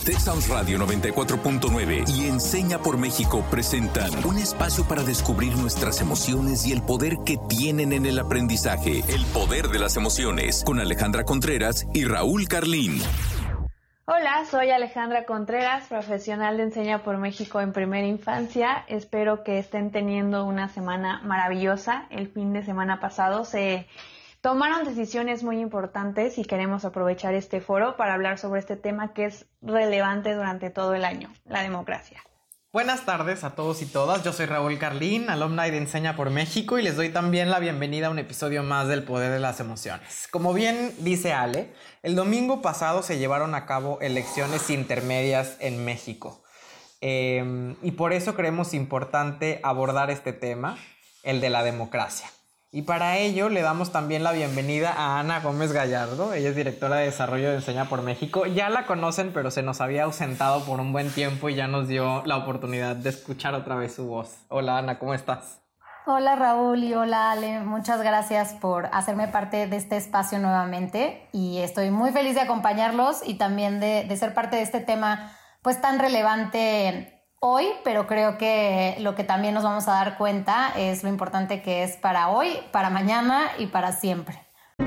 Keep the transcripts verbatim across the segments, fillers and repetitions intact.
Tech Sounds Radio noventa y cuatro punto nueve y Enseña por México presentan un espacio para descubrir nuestras emociones y el poder que tienen en el aprendizaje. El poder de las emociones, con Alejandra Contreras y Raúl Carlín. Hola, soy Alejandra Contreras, profesional de Enseña por México en primera infancia. Espero que estén teniendo una semana maravillosa. El fin de semana pasado se tomaron decisiones muy importantes y queremos aprovechar este foro para hablar sobre este tema que es relevante durante todo el año, la democracia. Buenas tardes a todos y todas, yo soy Raúl Carlín, alumni de Enseña por México, y les doy también la bienvenida a un episodio más del Poder de las Emociones. Como bien dice Ale, el domingo pasado se llevaron a cabo elecciones intermedias en México. Eh, y por eso creemos importante abordar este tema, el de la democracia. Y para ello le damos también la bienvenida a Ana Gómez Gallardo. Ella es directora de Desarrollo de Enseña por México. Ya la conocen, pero se nos había ausentado por un buen tiempo y ya nos dio la oportunidad de escuchar otra vez su voz. Hola Ana, ¿cómo estás? Hola Raúl y hola Ale. Muchas gracias por hacerme parte de este espacio nuevamente. Y estoy muy feliz de acompañarlos y también de, de ser parte de este tema pues tan relevante hoy, pero creo que lo que también nos vamos a dar cuenta es lo importante que es para hoy, para mañana y para siempre.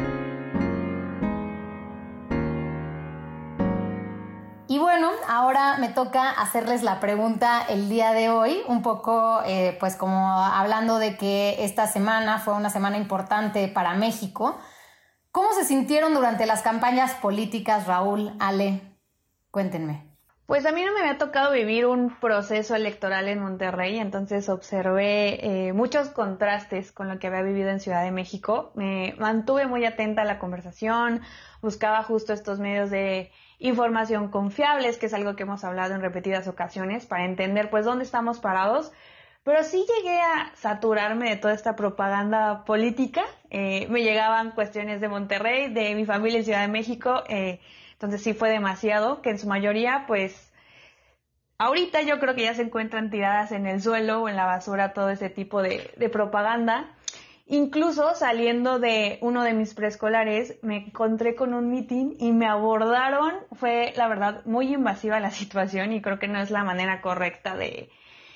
Y bueno, ahora me toca hacerles la pregunta el día de hoy, un poco eh, pues como hablando de que esta semana fue una semana importante para México. ¿Cómo se sintieron durante las campañas políticas, Raúl, Ale? Cuéntenme. Pues a mí no me había tocado vivir un proceso electoral en Monterrey, entonces observé eh, muchos contrastes con lo que había vivido en Ciudad de México. Me mantuve muy atenta a la conversación, buscaba justo estos medios de información confiables, que es algo que hemos hablado en repetidas ocasiones, para entender pues dónde estamos parados. Pero sí llegué a saturarme de toda esta propaganda política. Eh, me llegaban cuestiones de Monterrey, de mi familia en Ciudad de México. Eh, entonces sí fue demasiado, que en su mayoría pues ahorita yo creo que ya se encuentran tiradas en el suelo o en la basura todo ese tipo de, de propaganda. Incluso saliendo de uno de mis preescolares me encontré con un meeting y me abordaron. Fue la verdad muy invasiva la situación y creo que no es la manera correcta de...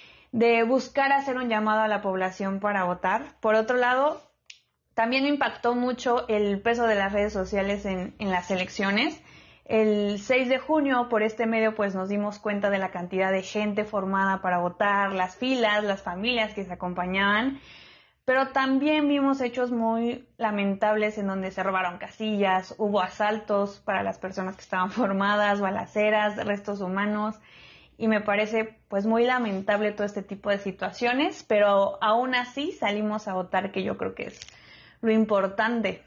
de buscar hacer un llamado a la población para votar. Por otro lado, también me impactó mucho el peso de las redes sociales en, en las elecciones. El seis de junio, por este medio, pues nos dimos cuenta de la cantidad de gente formada para votar, las filas, las familias que se acompañaban, pero también vimos hechos muy lamentables en donde se robaron casillas, hubo asaltos para las personas que estaban formadas, balaceras, restos humanos. Y me parece pues muy lamentable todo este tipo de situaciones, pero aún así salimos a votar, que yo creo que es lo importante.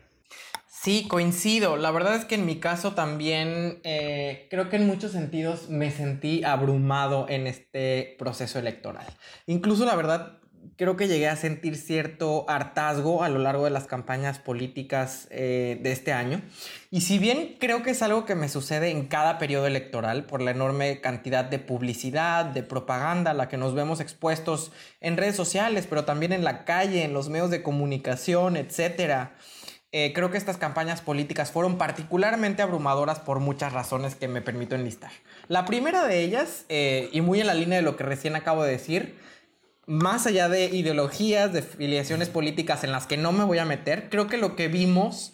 Sí, coincido. La verdad es que en mi caso también eh, creo que en muchos sentidos me sentí abrumado en este proceso electoral. Incluso la verdad creo que llegué a sentir cierto hartazgo a lo largo de las campañas políticas eh, de este año. Y si bien creo que es algo que me sucede en cada periodo electoral por la enorme cantidad de publicidad, de propaganda a la que nos vemos expuestos en redes sociales, pero también en la calle, en los medios de comunicación, etcétera. Eh, creo que estas campañas políticas fueron particularmente abrumadoras por muchas razones que me permito enlistar. La primera de ellas, eh, y muy en la línea de lo que recién acabo de decir, más allá de ideologías, de filiaciones políticas en las que no me voy a meter, creo que lo que vimos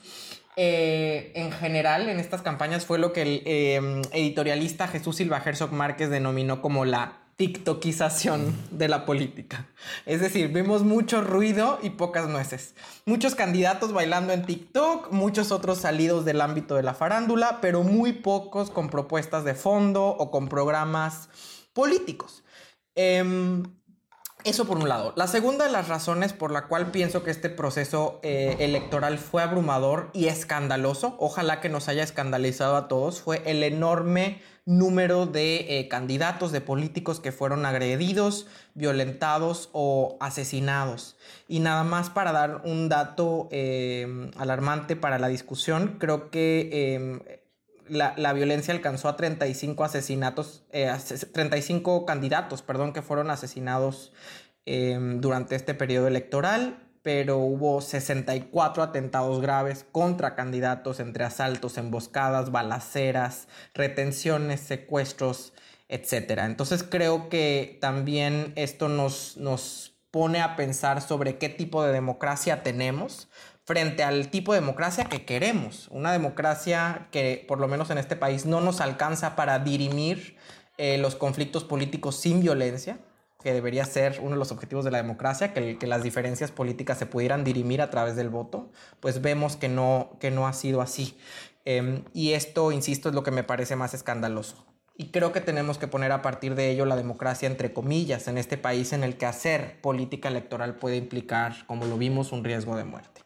eh, en general en estas campañas fue lo que el eh, editorialista Jesús Silva Herzog Márquez denominó como la tiktokización de la política. Es decir, vimos mucho ruido y pocas nueces. Muchos candidatos bailando en TikTok, muchos otros salidos del ámbito de la farándula, pero muy pocos con propuestas de fondo o con programas políticos. Eh, Eso por un lado. La segunda de las razones por la cual pienso que este proceso eh, electoral fue abrumador y escandaloso, ojalá que nos haya escandalizado a todos, fue el enorme número de eh, candidatos, de políticos que fueron agredidos, violentados o asesinados. Y nada más para dar un dato eh, alarmante para la discusión, creo que Eh, La, la violencia alcanzó a treinta y cinco asesinatos, eh, treinta y cinco candidatos, perdón, que fueron asesinados eh, durante este periodo electoral. pero hubo sesenta y cuatro atentados graves contra candidatos entre asaltos, emboscadas, balaceras, retenciones, secuestros, etcétera. Entonces creo que también esto nos, nos pone a pensar sobre qué tipo de democracia tenemos frente al tipo de democracia que queremos. Una democracia que, por lo menos en este país, no nos alcanza para dirimir eh, los conflictos políticos sin violencia, que debería ser uno de los objetivos de la democracia, que, que las diferencias políticas se pudieran dirimir a través del voto. Pues vemos que no, que no ha sido así. Eh, y esto, insisto, es lo que me parece más escandaloso. Y creo que tenemos que poner a partir de ello la democracia entre comillas en este país en el que hacer política electoral puede implicar, como lo vimos, un riesgo de muerte.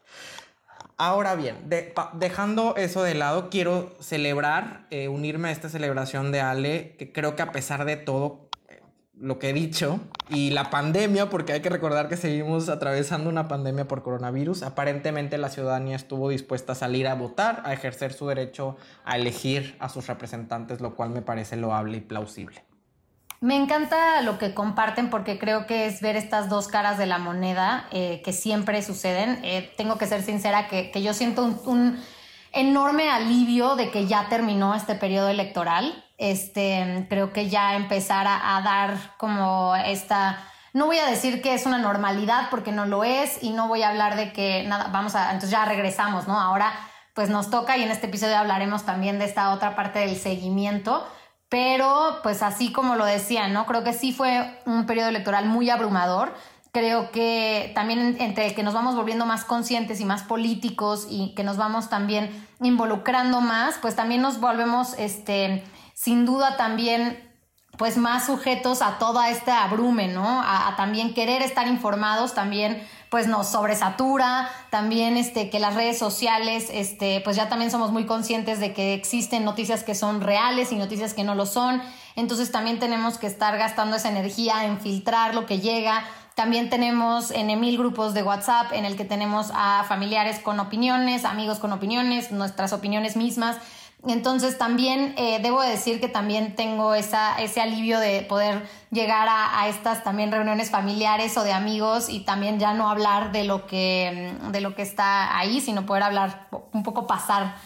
Ahora bien, de, pa, dejando eso de lado, quiero celebrar, eh, unirme a esta celebración de Ale, que creo que a pesar de todo eh, lo que he dicho, y la pandemia, porque hay que recordar que seguimos atravesando una pandemia por coronavirus, aparentemente la ciudadanía estuvo dispuesta a salir a votar, a ejercer su derecho a elegir a sus representantes, lo cual me parece loable y plausible. Me encanta lo que comparten porque creo que es ver estas dos caras de la moneda eh, que siempre suceden. Eh, tengo que ser sincera que, que yo siento un, un enorme alivio de que ya terminó este periodo electoral. Este, creo que ya empezar a, a dar como esta... No voy a decir que es una normalidad porque no lo es y no voy a hablar de que nada, vamos a... Entonces ya regresamos, ¿no? Ahora pues nos toca y en este episodio hablaremos también de esta otra parte del seguimiento. Pero, pues así como lo decía, ¿no? Creo que sí fue un periodo electoral muy abrumador. Creo que también entre el que nos vamos volviendo más conscientes y más políticos y que nos vamos también involucrando más, pues también nos volvemos, este, sin duda también, pues más sujetos a toda esta abrume, ¿no? A, a también querer estar informados, también pues nos sobresatura, también este, que las redes sociales, este, pues ya también somos muy conscientes de que existen noticias que son reales y noticias que no lo son, entonces también tenemos que estar gastando esa energía en filtrar lo que llega. También tenemos en mil grupos de WhatsApp en el que tenemos a familiares con opiniones, amigos con opiniones, nuestras opiniones mismas. Entonces también eh, debo decir que también tengo esa, ese alivio de poder llegar a, a estas también reuniones familiares o de amigos y también ya no hablar de lo que, de lo que está ahí, sino poder hablar, un poco pasar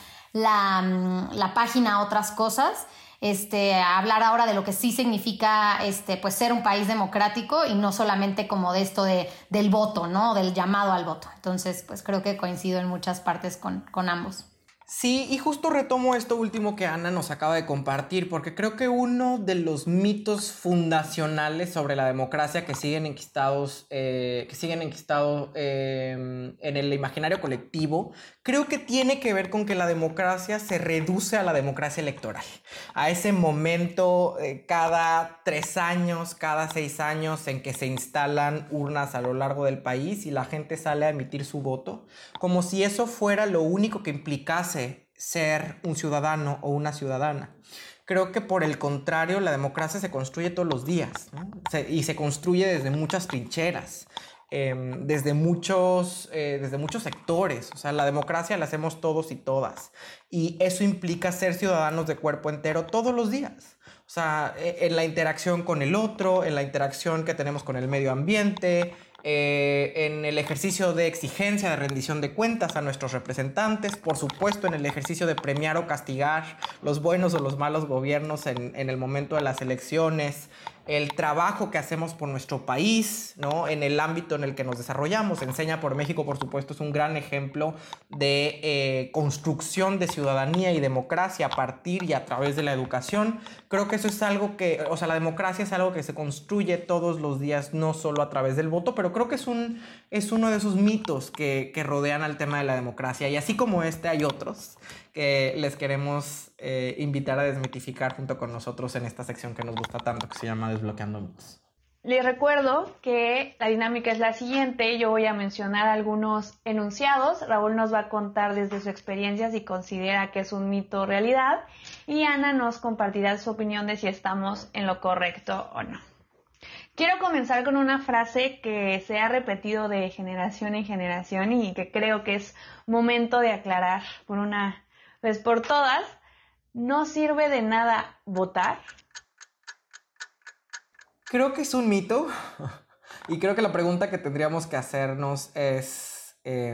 la, la página a otras cosas. Este, hablar ahora de lo que sí significa este, pues ser un país democrático y no solamente como de esto de, del voto, ¿no? Del llamado al voto. Entonces, pues creo que coincido en muchas partes con, con ambos. Sí, y justo retomo esto último que Ana nos acaba de compartir, porque creo que uno de los mitos fundacionales sobre la democracia que siguen enquistados, eh, que siguen enquistados eh, en el imaginario colectivo, creo que tiene que ver con que la democracia se reduce a la democracia electoral, a ese momento eh, cada tres años, cada seis años en que se instalan urnas a lo largo del país y la gente sale a emitir su voto, como si eso fuera lo único que implicase ser un ciudadano o una ciudadana. Creo que por el contrario, la democracia se construye todos los días, ¿no? Se, y se construye desde muchas trincheras, eh, desde, muchos, eh, desde muchos sectores. O sea, la democracia la hacemos todos y todas. Y eso implica ser ciudadanos de cuerpo entero todos los días. O sea, en la interacción con el otro, en la interacción que tenemos con el medio ambiente, Eh, en el ejercicio de exigencia, de rendición de cuentas a nuestros representantes, por supuesto en el ejercicio de premiar o castigar los buenos o los malos gobiernos en, en el momento de las elecciones, el trabajo que hacemos por nuestro país, ¿no? En el ámbito en el que nos desarrollamos. Enseña por México, por supuesto, es un gran ejemplo de eh, construcción de ciudadanía y democracia a partir y a través de la educación. Creo que eso es algo que, o sea, la democracia es algo que se construye todos los días, no solo a través del voto, pero creo que es, un, es uno de esos mitos que, que rodean al tema de la democracia. Y así como este, hay otros que les queremos eh, invitar a desmitificar junto con nosotros en esta sección que nos gusta tanto, que se llama Desbloqueando Mitos. Les recuerdo que la dinámica es la siguiente. Yo voy a mencionar algunos enunciados. Raúl nos va a contar desde su experiencia si considera que es un mito o realidad. Y Ana nos compartirá su opinión de si estamos en lo correcto o no. Quiero comenzar con una frase que se ha repetido de generación en generación y que creo que es momento de aclarar por una vez por todas. ¿No sirve de nada votar? Creo que es un mito. Y creo que la pregunta que tendríamos que hacernos es eh,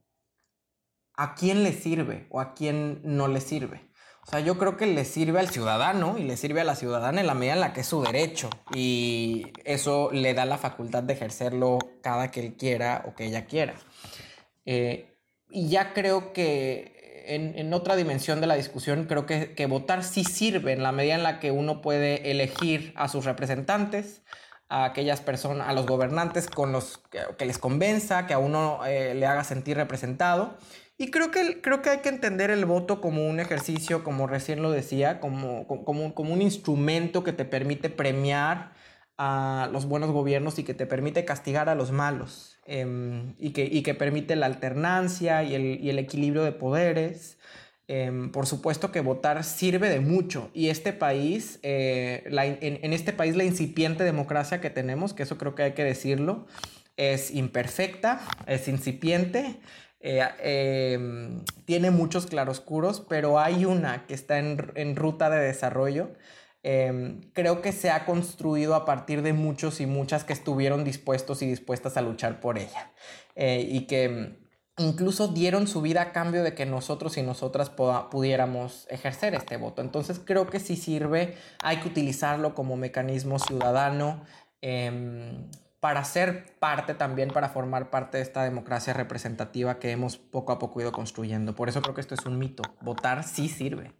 ¿a quién le sirve o a quién no le sirve? O sea, yo creo que le sirve al ciudadano y le sirve a la ciudadana en la medida en la que es su derecho, y eso le da la facultad de ejercerlo cada que él quiera o que ella quiera. Eh, y ya creo que en, en otra dimensión de la discusión, creo que, que votar sí sirve en la medida en la que uno puede elegir a sus representantes, a aquellas personas, a los gobernantes con los que, que les convenza, que a uno eh, le haga sentir representado. Y creo que, creo que hay que entender el voto como un ejercicio, como recién lo decía, como, como, como un instrumento que te permite premiar a los buenos gobiernos y que te permite castigar a los malos, eh, y, que, y que permite la alternancia y el, y el equilibrio de poderes. Eh, por supuesto que votar sirve de mucho, y este país, eh, la, en, en este país la incipiente democracia que tenemos, que eso creo que hay que decirlo, es imperfecta, es incipiente, eh, eh, tiene muchos claroscuros, pero hay una que está en, en ruta de desarrollo. Eh, creo que se ha construido a partir de muchos y muchas que estuvieron dispuestos y dispuestas a luchar por ella, eh, y que incluso dieron su vida a cambio de que nosotros y nosotras poda- pudiéramos ejercer este voto. Entonces creo que sí sirve, hay que utilizarlo como mecanismo ciudadano, eh, para ser parte también, para formar parte de esta democracia representativa que hemos poco a poco ido construyendo. Por eso creo que esto es un mito. Votar sí sirve.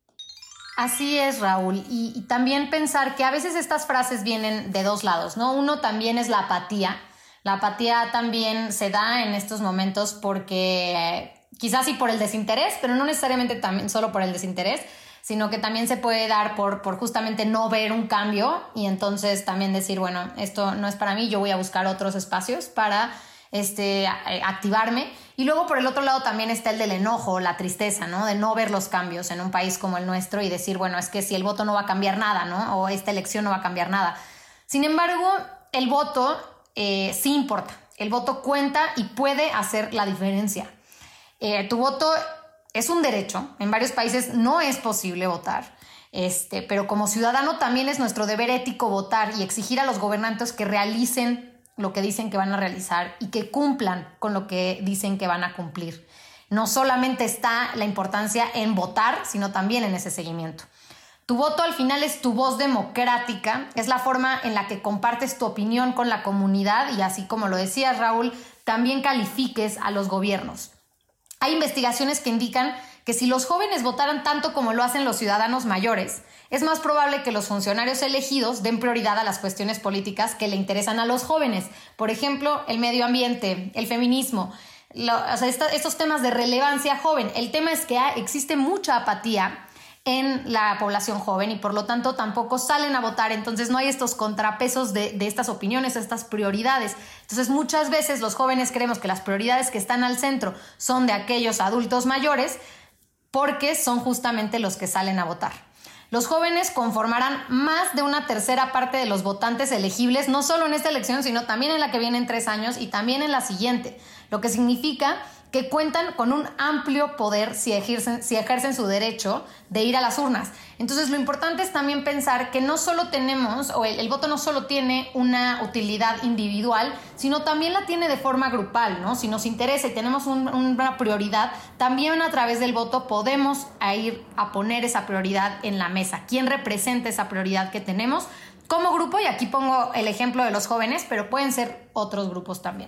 Así es, Raúl. Y, y también pensar que a veces estas frases vienen de dos lados, ¿no? Uno también es la apatía. La apatía también se da en estos momentos porque eh, quizás sí por el desinterés, pero no necesariamente también solo por el desinterés, sino que también se puede dar por, por justamente no ver un cambio y entonces también decir, bueno, esto no es para mí, yo voy a buscar otros espacios para este, activarme. Y luego por el otro lado también está el del enojo, la tristeza, ¿no? De no ver los cambios en un país como el nuestro y decir, bueno, es que si el voto no va a cambiar nada, ¿no? O esta elección no va a cambiar nada. Sin embargo, el voto eh, sí importa. El voto cuenta y puede hacer la diferencia. Eh, tu voto es un derecho. En varios países no es posible votar. Este, pero como ciudadano también es nuestro deber ético votar y exigir a los gobernantes que realicen lo que dicen que van a realizar y que cumplan con lo que dicen que van a cumplir. No solamente está la importancia en votar, sino también en ese seguimiento. Tu voto al final es tu voz democrática, es la forma en la que compartes tu opinión con la comunidad y así como lo decías, Raúl, también califiques a los gobiernos. Hay investigaciones que indican que si los jóvenes votaran tanto como lo hacen los ciudadanos mayores, es más probable que los funcionarios elegidos den prioridad a las cuestiones políticas que le interesan a los jóvenes. Por ejemplo, el medio ambiente, el feminismo, lo, o sea, esta, estos temas de relevancia joven. El tema es que hay, existe mucha apatía en la población joven y por lo tanto tampoco salen a votar, entonces no hay estos contrapesos de, de estas opiniones, estas prioridades. Entonces muchas veces los jóvenes creemos que las prioridades que están al centro son de aquellos adultos mayores porque son justamente los que salen a votar. Los jóvenes conformarán más de una tercera parte de los votantes elegibles, no solo en esta elección, sino también en la que viene en tres años y también en la siguiente, lo que significa que cuentan con un amplio poder si ejercen, si ejercen su derecho de ir a las urnas. Entonces lo importante es también pensar que no solo tenemos, o el, el voto no solo tiene una utilidad individual, sino también la tiene de forma grupal, ¿no? Si nos interesa y tenemos un, una prioridad, también a través del voto podemos a ir a poner esa prioridad en la mesa. ¿Quién representa esa prioridad que tenemos como grupo? Y aquí pongo el ejemplo de los jóvenes, pero pueden ser otros grupos también.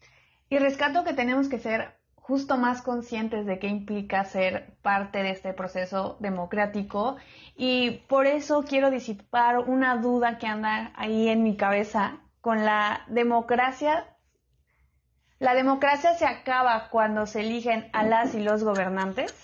Y rescato que tenemos que ser justo más conscientes de qué implica ser parte de este proceso democrático y por eso quiero disipar una duda que anda ahí en mi cabeza con la democracia. ¿La democracia se acaba cuando se eligen a las y los gobernantes?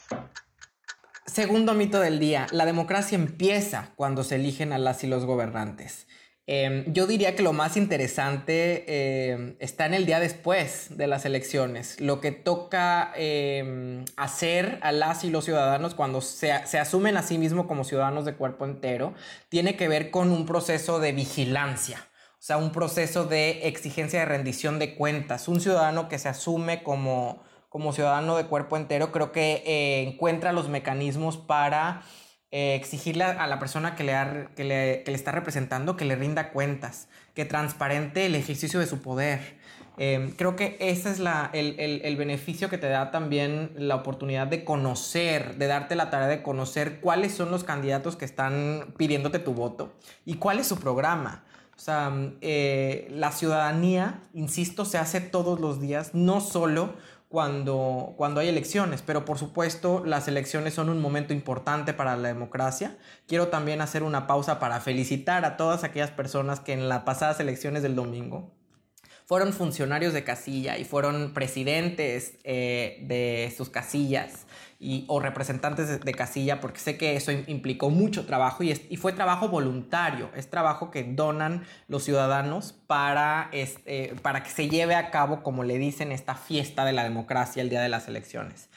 Segundo mito del día, la democracia empieza cuando se eligen a las y los gobernantes. Eh, yo diría que lo más interesante eh, está en el día después de las elecciones. Lo que toca eh, hacer a las y los ciudadanos cuando se, se asumen a sí mismos como ciudadanos de cuerpo entero tiene que ver con un proceso de vigilancia. O sea, un proceso de exigencia de rendición de cuentas. Un ciudadano que se asume como, como ciudadano de cuerpo entero creo que eh, encuentra los mecanismos para eh, exigirle a la persona que le, ha, que, le, que le está representando que le rinda cuentas, que transparente el ejercicio de su poder. Eh, creo que ese es la, el, el, el beneficio que te da también la oportunidad de conocer, de darte la tarea de conocer cuáles son los candidatos que están pidiéndote tu voto y cuál es su programa. O sea, eh, la ciudadanía, insisto, se hace todos los días, no solo cuando, cuando hay elecciones, pero por supuesto las elecciones son un momento importante para la democracia. Quiero también hacer una pausa para felicitar a todas aquellas personas que en las pasadas elecciones del domingo fueron funcionarios de casilla y fueron presidentes eh, de sus casillas y, o representantes de, de casilla, porque sé que eso implicó mucho trabajo y, es, y fue trabajo voluntario, es trabajo que donan los ciudadanos para, este, para que se lleve a cabo, como le dicen, esta fiesta de la democracia el día de las elecciones.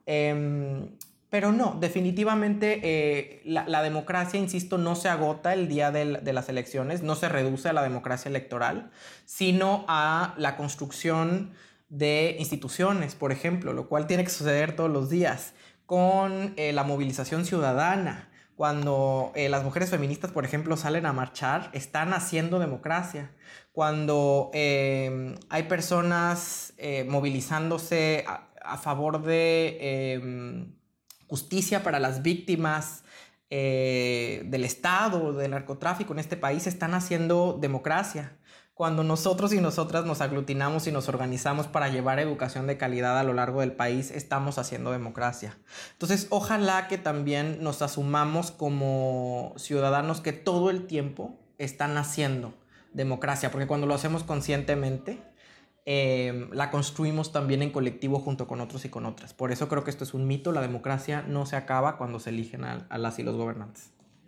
Eh, Pero no, definitivamente eh, la, la democracia, insisto, no se agota el día de, de las elecciones, no se reduce a la democracia electoral, sino a la construcción de instituciones, por ejemplo, lo cual tiene que suceder todos los días, con eh, la movilización ciudadana. Cuando eh, las mujeres feministas, por ejemplo, salen a marchar, están haciendo democracia. Cuando eh, hay personas eh, movilizándose a, a favor de... Eh, justicia para las víctimas eh, del Estado, del narcotráfico en este país, están haciendo democracia. Cuando nosotros y nosotras nos aglutinamos y nos organizamos para llevar educación de calidad a lo largo del país, estamos haciendo democracia. Entonces, ojalá que también nos asumamos como ciudadanos que todo el tiempo están haciendo democracia, porque cuando lo hacemos conscientemente, Eh, la construimos también en colectivo junto con otros y con otras. Por eso creo que esto es un mito. La democracia no se acaba cuando se eligen a, a las y los gobernantes.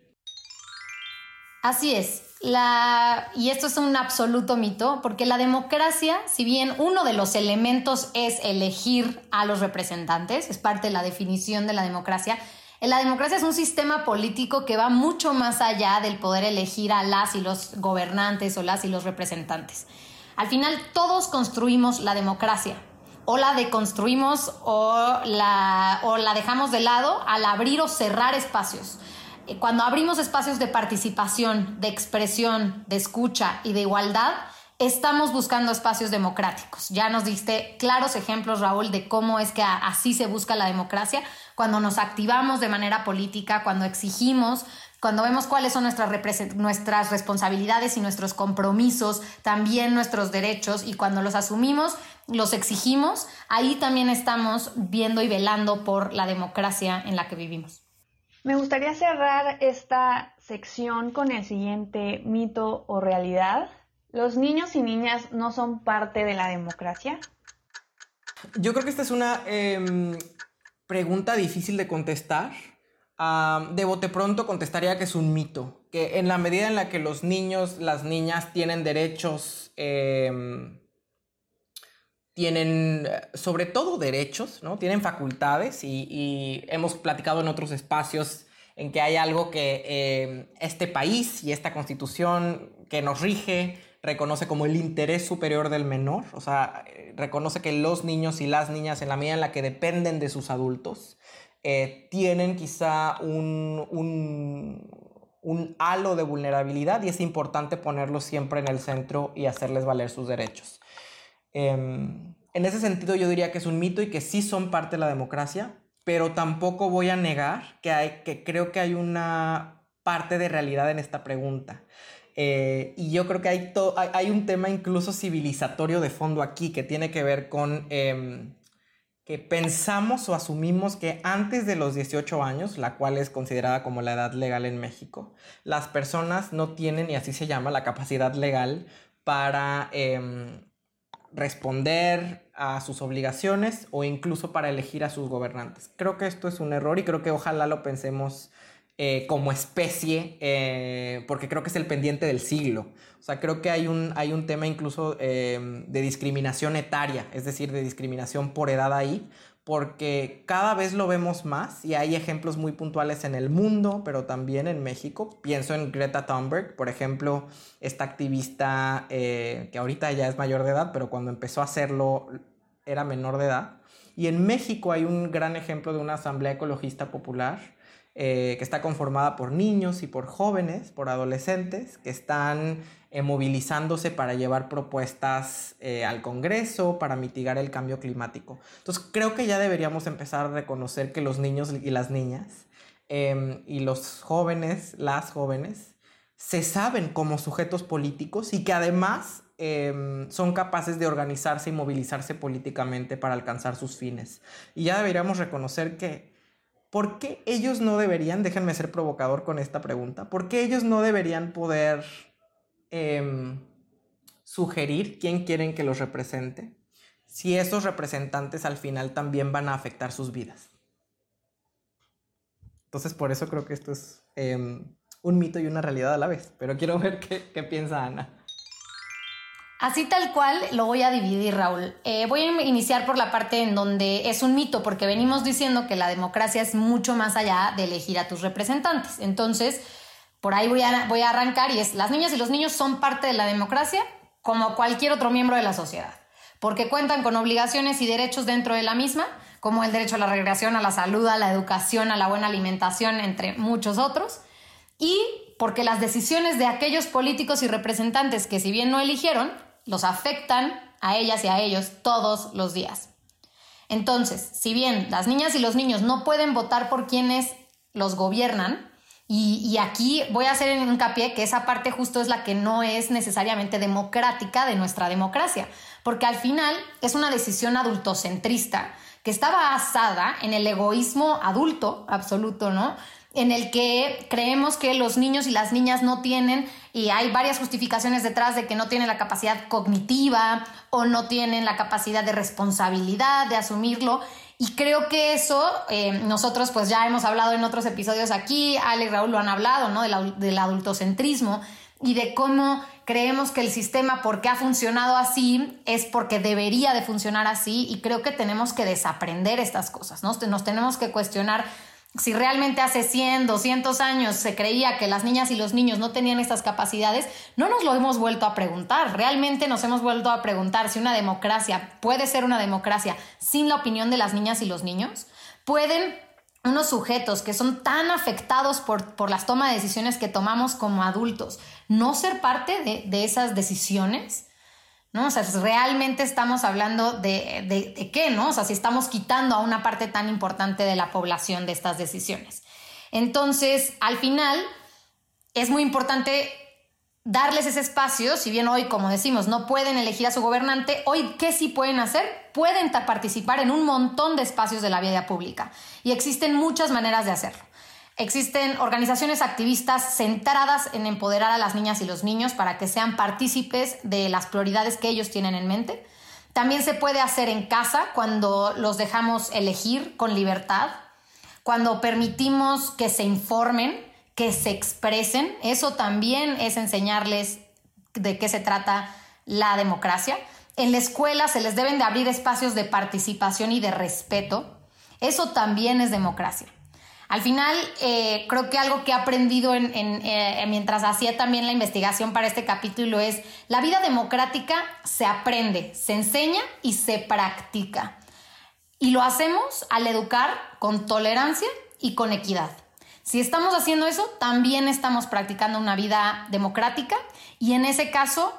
Así es. La, y esto es un absoluto mito, porque la democracia, si bien uno de los elementos es elegir a los representantes, es parte de la definición de la democracia, la democracia es un sistema político que va mucho más allá del poder elegir a las y los gobernantes o las y los representantes. Al final todos construimos la democracia, o la deconstruimos o la, o la dejamos de lado al abrir o cerrar espacios. Cuando abrimos espacios de participación, de expresión, de escucha y de igualdad, estamos buscando espacios democráticos. Ya nos diste claros ejemplos, Raúl, de cómo es que así se busca la democracia, cuando nos activamos de manera política, cuando exigimos, cuando vemos cuáles son nuestras, repres- nuestras responsabilidades y nuestros compromisos, también nuestros derechos, y cuando los asumimos, los exigimos, ahí también estamos viendo y velando por la democracia en la que vivimos. Me gustaría cerrar esta sección con el siguiente mito o realidad. ¿Los niños y niñas no son parte de la democracia? Yo creo que esta es una eh, pregunta difícil de contestar. Uh, de bote pronto contestaría que es un mito, que en la medida en la que los niños, las niñas tienen derechos, eh, tienen sobre todo derechos, ¿no? Tienen facultades y, y hemos platicado en otros espacios en que hay algo que eh, este país y esta constitución que nos rige reconoce como el interés superior del menor, o sea, reconoce que los niños y las niñas, en la medida en la que dependen de sus adultos, Eh, tienen quizá un, un, un halo de vulnerabilidad, y es importante ponerlos siempre en el centro y hacerles valer sus derechos. Eh, en ese sentido yo diría que es un mito y que sí son parte de la democracia, pero tampoco voy a negar que, hay, que creo que hay una parte de realidad en esta pregunta. Eh, y yo creo que hay, to- hay, hay un tema incluso civilizatorio de fondo aquí que tiene que ver con... Eh, que pensamos o asumimos que antes de los dieciocho años, la cual es considerada como la edad legal en México, las personas no tienen, y así se llama, la capacidad legal para eh, responder a sus obligaciones o incluso para elegir a sus gobernantes. Creo que esto es un error y creo que ojalá lo pensemos eh, como especie, eh, porque creo que es el pendiente del siglo. O sea, creo que hay un, hay un tema incluso eh, de discriminación etaria, es decir, de discriminación por edad ahí, porque cada vez lo vemos más y hay ejemplos muy puntuales en el mundo, pero también en México. Pienso en Greta Thunberg, por ejemplo, esta activista eh, que ahorita ya es mayor de edad, pero cuando empezó a hacerlo era menor de edad. Y en México hay un gran ejemplo de una asamblea ecologista popular eh, que está conformada por niños y por jóvenes, por adolescentes, que están eh, movilizándose para llevar propuestas eh, al Congreso, para mitigar el cambio climático. Entonces creo que ya deberíamos empezar a reconocer que los niños y las niñas eh, y los jóvenes, las jóvenes, se saben como sujetos políticos y que además eh, son capaces de organizarse y movilizarse políticamente para alcanzar sus fines. Y ya deberíamos reconocer que ¿por qué ellos no deberían, déjenme ser provocador con esta pregunta, ¿por qué ellos no deberían poder eh, sugerir quién quieren que los represente si esos representantes al final también van a afectar sus vidas? Entonces por eso creo que esto es eh, un mito y una realidad a la vez, pero quiero ver qué, qué piensa Ana. Así tal cual lo voy a dividir, Raúl. Eh, voy a iniciar por la parte en donde es un mito, porque venimos diciendo que la democracia es mucho más allá de elegir a tus representantes. Entonces, por ahí voy a, voy a arrancar y es, las niñas y los niños son parte de la democracia como cualquier otro miembro de la sociedad, porque cuentan con obligaciones y derechos dentro de la misma, como el derecho a la recreación, a la salud, a la educación, a la buena alimentación, entre muchos otros, y porque las decisiones de aquellos políticos y representantes que si bien no eligieron, los afectan a ellas y a ellos todos los días. Entonces, si bien las niñas y los niños no pueden votar por quienes los gobiernan, y, y aquí voy a hacer hincapié que esa parte justo es la que no es necesariamente democrática de nuestra democracia, porque al final es una decisión adultocentrista que está basada en el egoísmo adulto absoluto, ¿no? En el que creemos que los niños y las niñas no tienen, y hay varias justificaciones detrás de que no tienen la capacidad cognitiva o no tienen la capacidad de responsabilidad, de asumirlo. Y creo que eso, eh, nosotros pues ya hemos hablado en otros episodios aquí, Ale y Raúl lo han hablado, ¿no? Del, del adultocentrismo y de cómo creemos que el sistema, porque ha funcionado así, es porque debería de funcionar así, y creo que tenemos que desaprender estas cosas, ¿no? Nos tenemos que cuestionar si realmente hace cien, doscientos años se creía que las niñas y los niños no tenían estas capacidades. No nos lo hemos vuelto a preguntar. Realmente nos hemos vuelto a preguntar si una democracia puede ser una democracia sin la opinión de las niñas y los niños. ¿Pueden unos sujetos que son tan afectados por, por las tomas de decisiones que tomamos como adultos no ser parte de, de esas decisiones? ¿No? O sea, realmente estamos hablando de, de, de qué, ¿no? O sea, si estamos quitando a una parte tan importante de la población de estas decisiones. Entonces, al final, es muy importante darles ese espacio. Si bien hoy, como decimos, no pueden elegir a su gobernante, hoy, ¿qué sí pueden hacer? Pueden participar en un montón de espacios de la vida pública. Y existen muchas maneras de hacerlo. Existen organizaciones activistas centradas en empoderar a las niñas y los niños para que sean partícipes de las prioridades que ellos tienen en mente. También se puede hacer en casa cuando los dejamos elegir con libertad, cuando permitimos que se informen, que se expresen. Eso también es enseñarles de qué se trata la democracia. En la escuela se les deben de abrir espacios de participación y de respeto. Eso también es democracia. Al final, eh, creo que algo que he aprendido en, en, eh, mientras hacía también la investigación para este capítulo es la vida democrática se aprende, se enseña y se practica. Y lo hacemos al educar con tolerancia y con equidad. Si estamos haciendo eso, también estamos practicando una vida democrática, y en ese caso,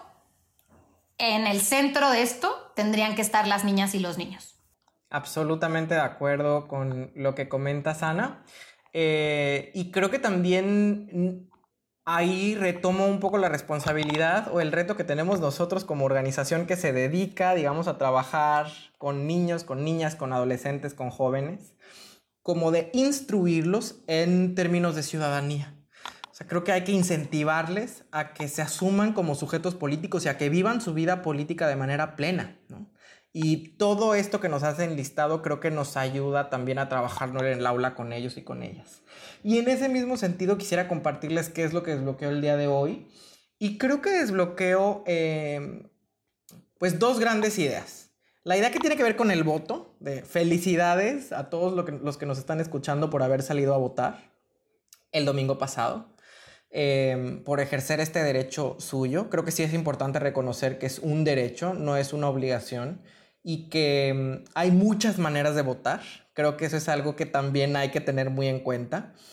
en el centro de esto tendrían que estar las niñas y los niños. Absolutamente de acuerdo con lo que comentas, Ana. Eh, y creo que también ahí retomo un poco la responsabilidad o el reto que tenemos nosotros como organización que se dedica, digamos, a trabajar con niños, con niñas, con adolescentes, con jóvenes, como de instruirlos en términos de ciudadanía. O sea, creo que hay que incentivarles a que se asuman como sujetos políticos y a que vivan su vida política de manera plena, ¿no? Y todo esto que nos has enlistado creo que nos ayuda también a trabajar en el aula con ellos y con ellas. Y en ese mismo sentido quisiera compartirles qué es lo que desbloqueo el día de hoy. Y creo que desbloqueo eh, pues dos grandes ideas. La idea que tiene que ver con el voto, de felicidades a todos lo que, los que nos están escuchando por haber salido a votar el domingo pasado. Eh, por ejercer este derecho suyo. Creo que sí es importante reconocer que es un derecho, no es una obligación, y que um, hay muchas maneras de votar. Creo que eso es algo que también hay que tener muy en cuenta.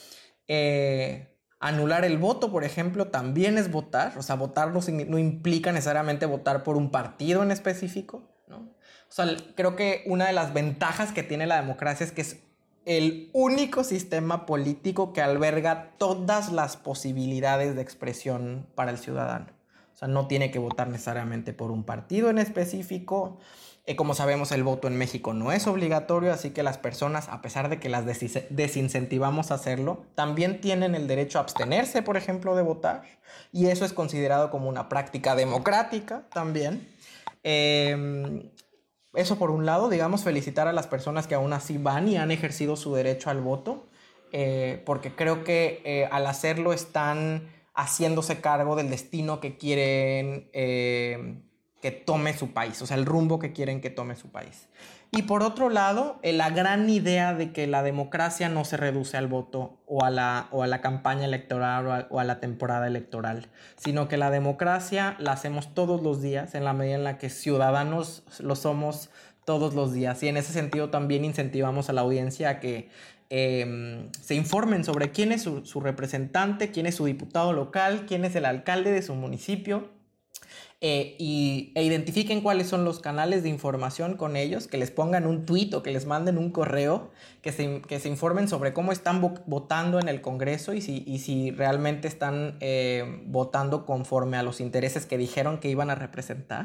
Eh, anular el voto, por ejemplo, también es votar. O sea, votar no, no implica necesariamente votar por un partido en específico, ¿no? O sea, creo que una de las ventajas que tiene la democracia es que es el único sistema político que alberga todas las posibilidades de expresión para el ciudadano. O sea, no tiene que votar necesariamente por un partido en específico. Eh, como sabemos, el voto en México no es obligatorio, así que las personas, a pesar de que las des- desincentivamos a hacerlo, también tienen el derecho a abstenerse, por ejemplo, de votar. Y eso es considerado como una práctica democrática también. Eh... Eso por un lado, digamos, felicitar a las personas que aún así van y han ejercido su derecho al voto, eh, porque creo que eh, al hacerlo están haciéndose cargo del destino que quieren eh, que tome su país, o sea, el rumbo que quieren que tome su país. Y por otro lado, eh, la gran idea de que la democracia no se reduce al voto o a la, o a la campaña electoral o a, o a la temporada electoral, sino que la democracia la hacemos todos los días en la medida en la que ciudadanos lo somos todos los días. Y en ese sentido también incentivamos a la audiencia a que eh, se informen sobre quién es su, su representante, quién es su diputado local, quién es el alcalde de su municipio. Eh, y, e identifiquen cuáles son los canales de información con ellos, que les pongan un tweet o que les manden un correo, que se, que se informen sobre cómo están vo- votando en el Congreso y si, y si realmente están eh, votando conforme a los intereses que dijeron que iban a representar.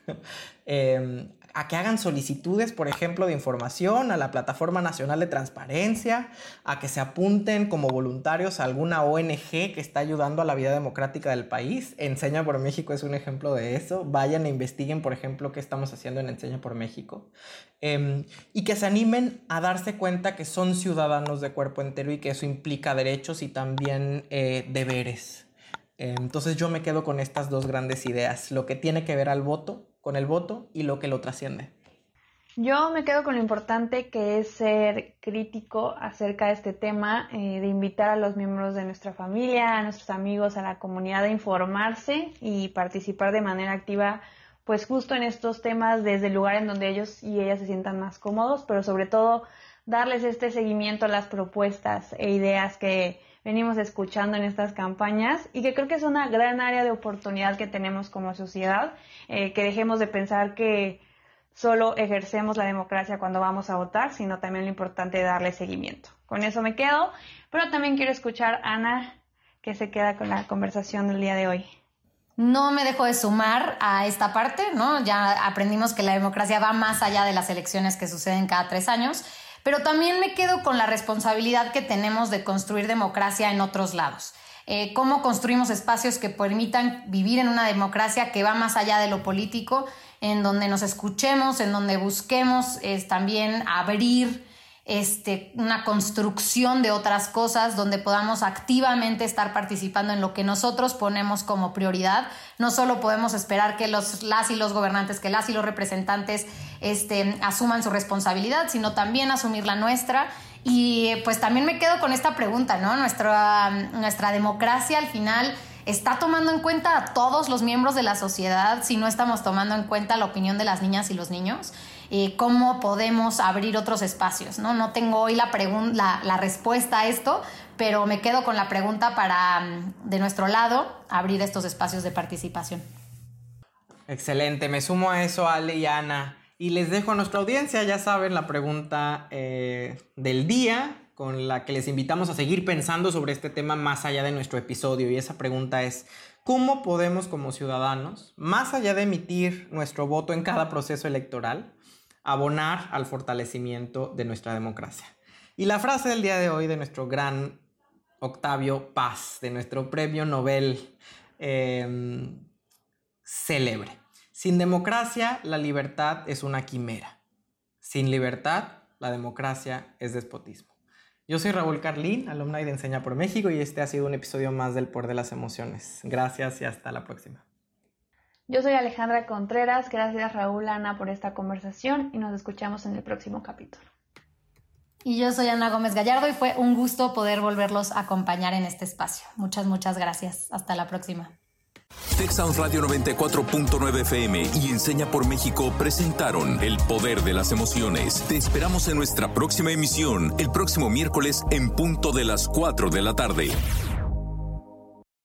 eh, a que hagan solicitudes, por ejemplo, de información a la Plataforma Nacional de Transparencia, a que se apunten como voluntarios a alguna O N G que está ayudando a la vida democrática del país. Enseña por México es un ejemplo de eso. Vayan e investiguen, por ejemplo, qué estamos haciendo en Enseña por México. Eh, y que se animen a darse cuenta que son ciudadanos de cuerpo entero y que eso implica derechos y también eh, deberes. Eh, entonces yo me quedo con estas dos grandes ideas, lo que tiene que ver al voto, con el voto y lo que lo trasciende. Yo me quedo con lo importante que es ser crítico acerca de este tema, eh, de invitar a los miembros de nuestra familia, a nuestros amigos, a la comunidad a informarse y participar de manera activa, pues justo en estos temas desde el lugar en donde ellos y ellas se sientan más cómodos, pero sobre todo darles este seguimiento a las propuestas e ideas que venimos escuchando en estas campañas y que creo que es una gran área de oportunidad que tenemos como sociedad, eh, que dejemos de pensar que solo ejercemos la democracia cuando vamos a votar, sino también lo importante de darle seguimiento. Con eso me quedo, pero también quiero escuchar a Ana, que se queda con la conversación del día de hoy. No me dejo de sumar a esta parte, ¿no? Ya aprendimos que la democracia va más allá de las elecciones que suceden cada tres años, pero también me quedo con la responsabilidad que tenemos de construir democracia en otros lados. Eh, cómo construimos espacios que permitan vivir en una democracia que va más allá de lo político, en donde nos escuchemos, en donde busquemos es, también abrir este, una construcción de otras cosas, donde podamos activamente estar participando en lo que nosotros ponemos como prioridad. No solo podemos esperar que los, las y los gobernantes, que las y los representantes este, asuman su responsabilidad, sino también asumir la nuestra. Y pues también me quedo con esta pregunta, ¿no? Nuestra, nuestra democracia al final está tomando en cuenta a todos los miembros de la sociedad, si no estamos tomando en cuenta la opinión de las niñas y los niños. Eh, ¿Cómo podemos abrir otros espacios? No, no tengo hoy la, pregun- la, la respuesta a esto, pero me quedo con la pregunta para, de nuestro lado, abrir estos espacios de participación. Excelente, me sumo a eso, Ale y Ana. Y les dejo a nuestra audiencia, ya saben, la pregunta eh, del día, con la que les invitamos a seguir pensando sobre este tema más allá de nuestro episodio. Y esa pregunta es, ¿cómo podemos como ciudadanos, más allá de emitir nuestro voto en cada proceso electoral, abonar al fortalecimiento de nuestra democracia? Y la frase del día de hoy de nuestro gran Octavio Paz, de nuestro premio Nobel eh, célebre. Sin democracia, la libertad es una quimera. Sin libertad, la democracia es despotismo. Yo soy Raúl Carlín, alumna de Enseña por México, y este ha sido un episodio más del Poder de las Emociones. Gracias y hasta la próxima. Yo soy Alejandra Contreras, gracias Raúl, Ana, por esta conversación y nos escuchamos en el próximo capítulo. Y yo soy Ana Gómez Gallardo y fue un gusto poder volverlos a acompañar en este espacio. Muchas, muchas gracias. Hasta la próxima. Tech Sounds Radio noventa y cuatro punto nueve F M y Enseña por México presentaron El Poder de las Emociones. Te esperamos en nuestra próxima emisión, el próximo miércoles en punto de las cuatro de la tarde.